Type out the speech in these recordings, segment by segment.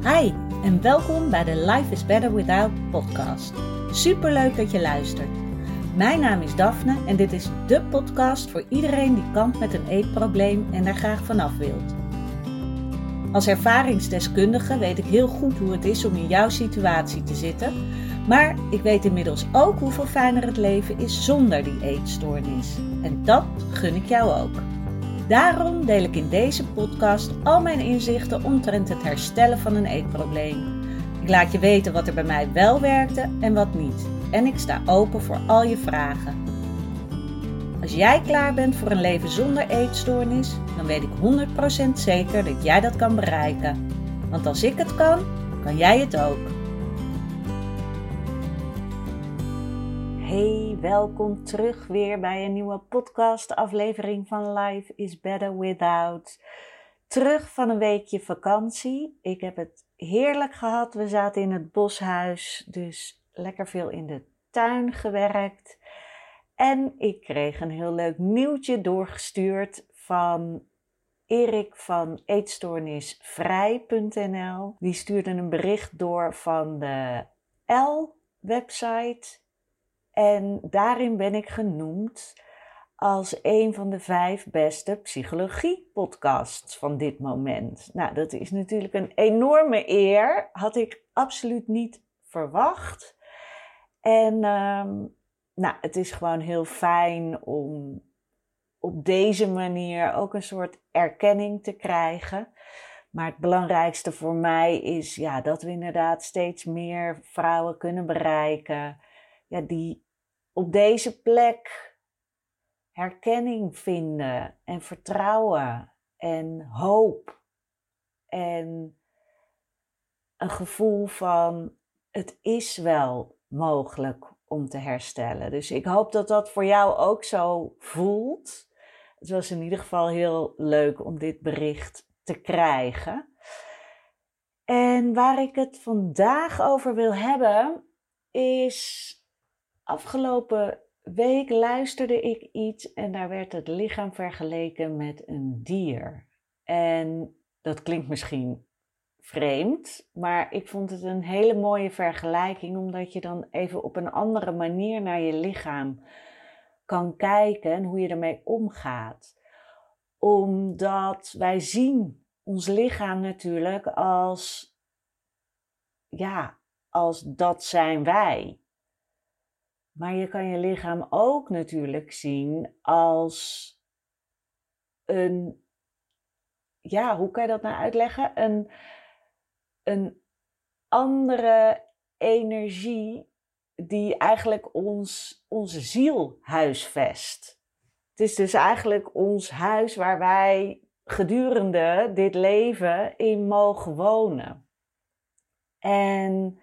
Hi en welkom bij de Life is Better Without podcast. Superleuk dat je luistert. Mijn naam is Daphne en dit is dé podcast voor iedereen die kampt met een eetprobleem en daar graag vanaf wilt. Als ervaringsdeskundige weet ik heel goed hoe het is om in jouw situatie te zitten, maar ik weet inmiddels ook hoeveel fijner het leven is zonder die eetstoornis. En dat gun ik jou ook. Daarom deel ik in deze podcast al mijn inzichten omtrent het herstellen van een eetprobleem. Ik laat je weten wat er bij mij wel werkte en wat niet. En ik sta open voor al je vragen. Als jij klaar bent voor een leven zonder eetstoornis, dan weet ik 100% zeker dat jij dat kan bereiken. Want als ik het kan, kan jij het ook. Hey, welkom terug weer bij een nieuwe podcast aflevering van Life is Better Without. Terug van een weekje vakantie. Ik heb het heerlijk gehad. We zaten in het boshuis, dus lekker veel in de tuin gewerkt. En ik kreeg een heel leuk nieuwtje doorgestuurd van Erik van eetstoornisvrij.nl. Die stuurde een bericht door van de L-website. En daarin ben ik genoemd als een van de 5 beste psychologie-podcasts van dit moment. Nou, dat is natuurlijk een enorme eer. Had ik absoluut niet verwacht. En het is gewoon heel fijn om op deze manier ook een soort erkenning te krijgen. Maar het belangrijkste voor mij is dat we inderdaad steeds meer vrouwen kunnen bereiken. Die op deze plek herkenning vinden en vertrouwen en hoop en een gevoel van het is wel mogelijk om te herstellen. Dus ik hoop dat dat voor jou ook zo voelt. Het was in ieder geval heel leuk om dit bericht te krijgen. En waar ik het vandaag over wil hebben is: afgelopen week luisterde ik iets en daar werd het lichaam vergeleken met een dier. En dat klinkt misschien vreemd, maar ik vond het een hele mooie vergelijking, omdat je dan even op een andere manier naar je lichaam kan kijken en hoe je ermee omgaat. Omdat wij zien ons lichaam natuurlijk als dat zijn wij. Maar je kan je lichaam ook natuurlijk zien als een, hoe kan je dat nou uitleggen? Een andere energie die eigenlijk onze ziel huisvest. Het is dus eigenlijk ons huis waar wij gedurende dit leven in mogen wonen. En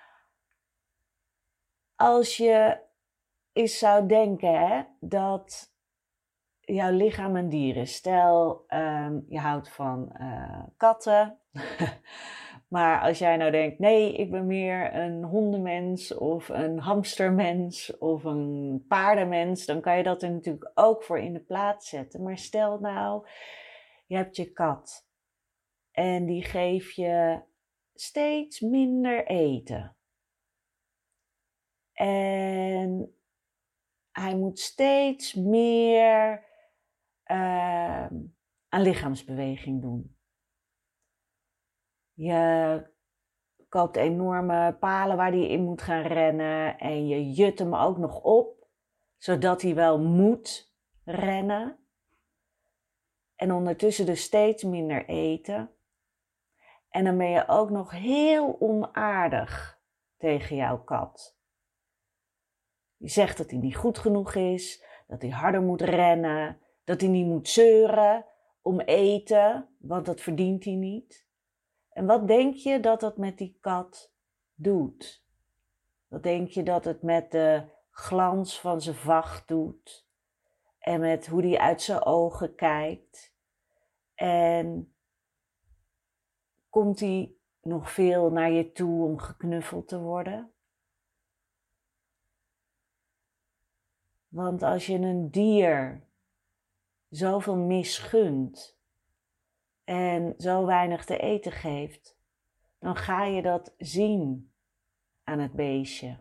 als je eens zou denken dat jouw lichaam een dier is. Stel, je houdt van katten. Maar als jij nou denkt, nee, ik ben meer een hondenmens of een hamstermens of een paardenmens, dan kan je dat er natuurlijk ook voor in de plaats zetten. Maar stel nou, je hebt je kat en die geeft je steeds minder eten. En hij moet steeds meer aan lichaamsbeweging doen. Je koopt enorme palen waar hij in moet gaan rennen en je jut hem ook nog op, zodat hij wel moet rennen. En ondertussen dus steeds minder eten. En dan ben je ook nog heel onaardig tegen jouw kat. Je zegt dat hij niet goed genoeg is, dat hij harder moet rennen, dat hij niet moet zeuren om eten, want dat verdient hij niet. En wat denk je dat dat met die kat doet? Wat denk je dat het met de glans van zijn vacht doet? En met hoe hij uit zijn ogen kijkt? En komt hij nog veel naar je toe om geknuffeld te worden? Want als je een dier zoveel misgunt en zo weinig te eten geeft, dan ga je dat zien aan het beestje.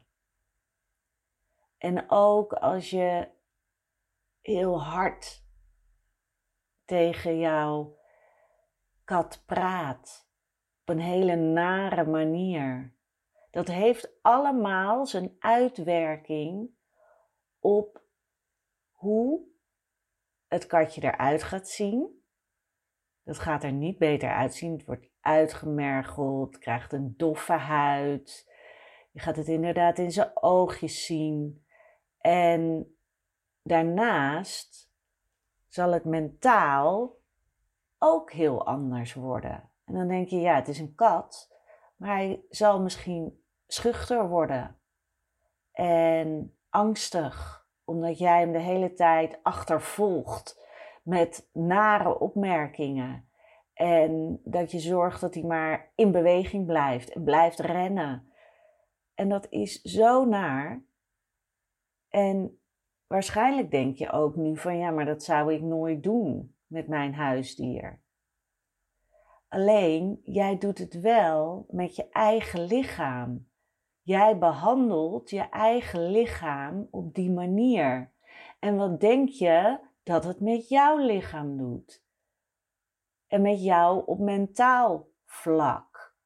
En ook als je heel hard tegen jouw kat praat, op een hele nare manier. Dat heeft allemaal zijn uitwerking op hoe het katje eruit gaat zien. Dat gaat er niet beter uitzien. Het wordt uitgemergeld, krijgt een doffe huid. Je gaat het inderdaad in zijn oogjes zien. En daarnaast zal het mentaal ook heel anders worden. En dan denk je, ja, het is een kat, maar hij zal misschien schuchter worden en angstig, omdat jij hem de hele tijd achtervolgt met nare opmerkingen. En dat je zorgt dat hij maar in beweging blijft en blijft rennen. En dat is zo naar. En waarschijnlijk denk je ook nu van, ja, maar dat zou ik nooit doen met mijn huisdier. Alleen, jij doet het wel met je eigen lichaam. Jij behandelt je eigen lichaam op die manier. En wat denk je dat het met jouw lichaam doet? En met jou op mentaal vlak.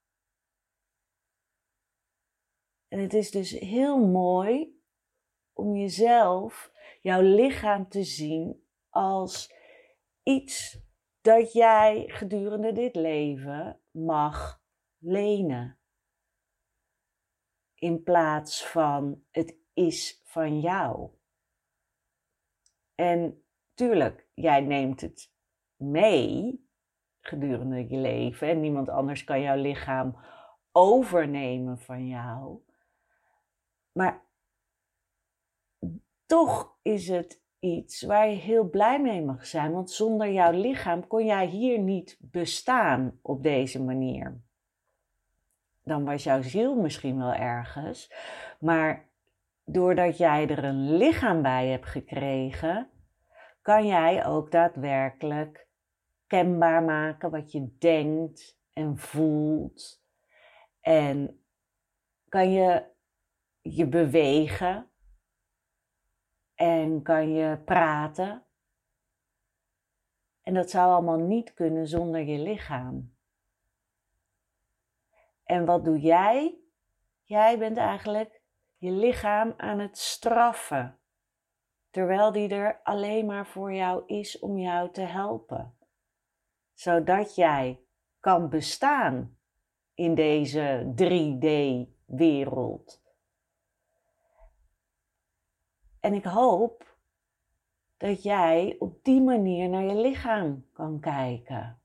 En het is dus heel mooi om jezelf, jouw lichaam te zien als iets dat jij gedurende dit leven mag lenen. In plaats van het is van jou. En tuurlijk, jij neemt het mee gedurende je leven en niemand anders kan jouw lichaam overnemen van jou. Maar toch is het iets waar je heel blij mee mag zijn, want zonder jouw lichaam kon jij hier niet bestaan op deze manier. Dan was jouw ziel misschien wel ergens, maar doordat jij er een lichaam bij hebt gekregen, kan jij ook daadwerkelijk kenbaar maken wat je denkt en voelt. En kan je je bewegen en kan je praten. En dat zou allemaal niet kunnen zonder je lichaam. En wat doe jij? Jij bent eigenlijk je lichaam aan het straffen. Terwijl die er alleen maar voor jou is om jou te helpen. Zodat jij kan bestaan in deze 3D-wereld. En ik hoop dat jij op die manier naar je lichaam kan kijken.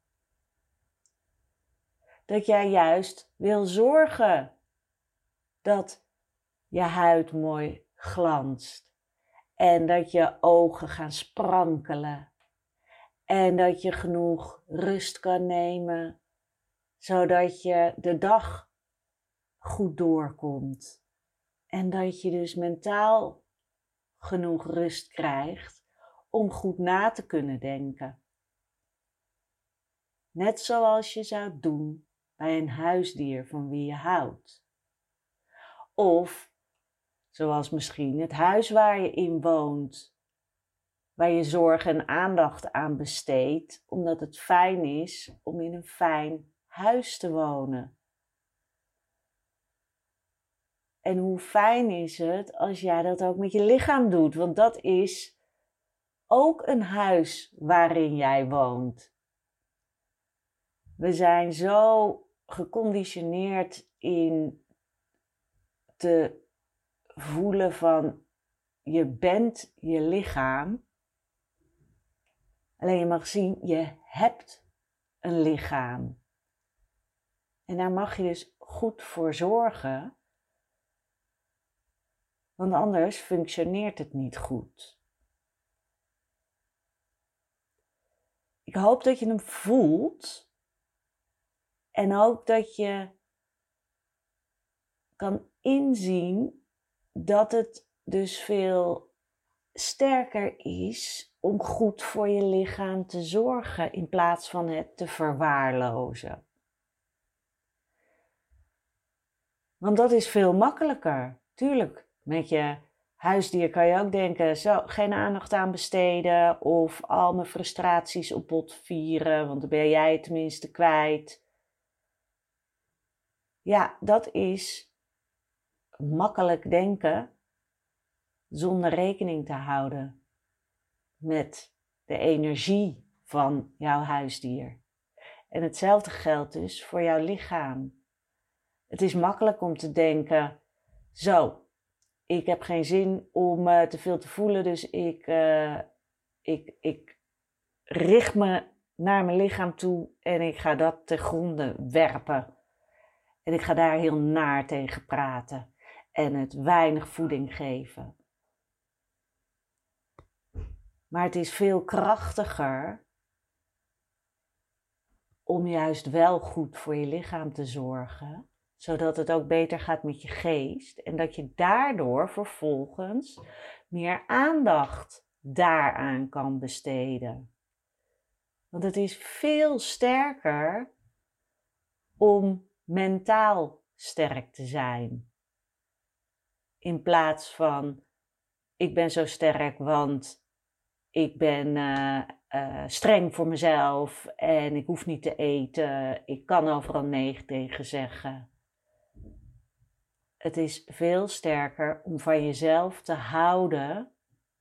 Dat jij juist wil zorgen dat je huid mooi glanst. En dat je ogen gaan sprankelen. En dat je genoeg rust kan nemen, zodat je de dag goed doorkomt. En dat je dus mentaal genoeg rust krijgt om goed na te kunnen denken. Net zoals je zou doen bij een huisdier van wie je houdt. Of zoals misschien het huis waar je in woont, waar je zorg en aandacht aan besteedt, omdat het fijn is om in een fijn huis te wonen. En hoe fijn is het als jij dat ook met je lichaam doet, want dat is ook een huis waarin jij woont. We zijn zo geconditioneerd in te voelen van je bent je lichaam. Alleen je mag zien, je hebt een lichaam. En daar mag je dus goed voor zorgen. Want anders functioneert het niet goed. Ik hoop dat je hem voelt. En ook dat je kan inzien dat het dus veel sterker is om goed voor je lichaam te zorgen in plaats van het te verwaarlozen. Want dat is veel makkelijker. Tuurlijk, met je huisdier kan je ook denken, zo, geen aandacht aan besteden of al mijn frustraties op bot vieren, want dan ben jij tenminste kwijt. Ja, dat is makkelijk denken zonder rekening te houden met de energie van jouw huisdier. En hetzelfde geldt dus voor jouw lichaam. Het is makkelijk om te denken, zo, ik heb geen zin om te veel te voelen, dus ik richt me naar mijn lichaam toe en ik ga dat ten gronde werpen. En ik ga daar heel naar tegen praten en het weinig voeding geven. Maar het is veel krachtiger om juist wel goed voor je lichaam te zorgen, zodat het ook beter gaat met je geest en dat je daardoor vervolgens meer aandacht daaraan kan besteden. Want het is veel sterker om mentaal sterk te zijn. In plaats van, ik ben zo sterk want ik ben streng voor mezelf en ik hoef niet te eten. Ik kan overal nee tegen zeggen. Het is veel sterker om van jezelf te houden,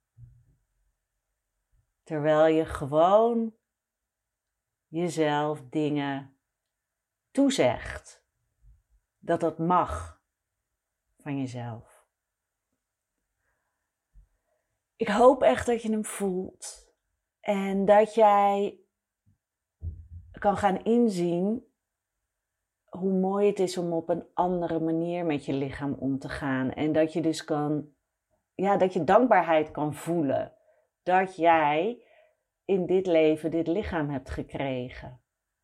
terwijl je gewoon jezelf dingen toezegt. Dat mag van jezelf. Ik hoop echt dat je hem voelt en dat jij kan gaan inzien hoe mooi het is om op een andere manier met je lichaam om te gaan. En dat je dus dat je dankbaarheid kan voelen. Dat jij in dit leven dit lichaam hebt gekregen.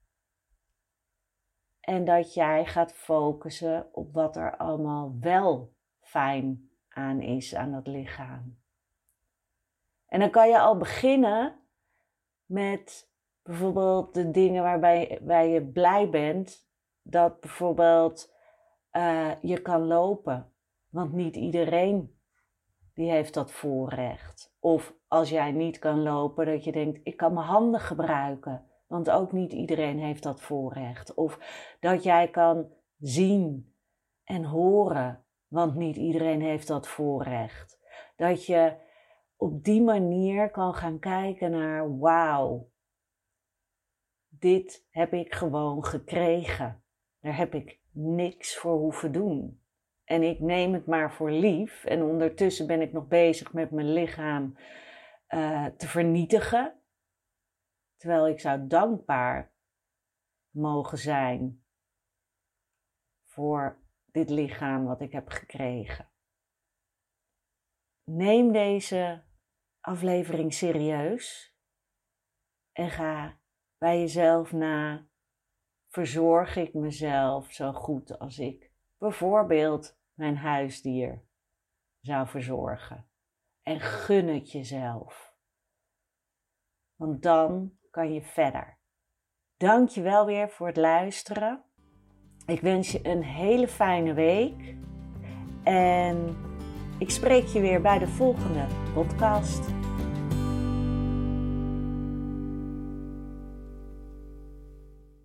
En dat jij gaat focussen op wat er allemaal wel fijn aan is aan dat lichaam. En dan kan je al beginnen met bijvoorbeeld de dingen waarbij je blij bent. Dat bijvoorbeeld je kan lopen. Want niet iedereen die heeft dat voorrecht. Of als jij niet kan lopen, dat je denkt, ik kan mijn handen gebruiken. Want ook niet iedereen heeft dat voorrecht. Of dat jij kan zien en horen. Want niet iedereen heeft dat voorrecht. Dat je op die manier kan gaan kijken naar, wauw, dit heb ik gewoon gekregen. Daar heb ik niks voor hoeven doen. En ik neem het maar voor lief. En ondertussen ben ik nog bezig met mijn lichaam te vernietigen. Terwijl ik zou dankbaar mogen zijn voor dit lichaam wat ik heb gekregen. Neem deze aflevering serieus. En ga bij jezelf na. Verzorg ik mezelf zo goed als ik bijvoorbeeld mijn huisdier zou verzorgen. En gun het jezelf. Want dan kan je verder. Dank je wel weer voor het luisteren. Ik wens je een hele fijne week. En ik spreek je weer bij de volgende podcast.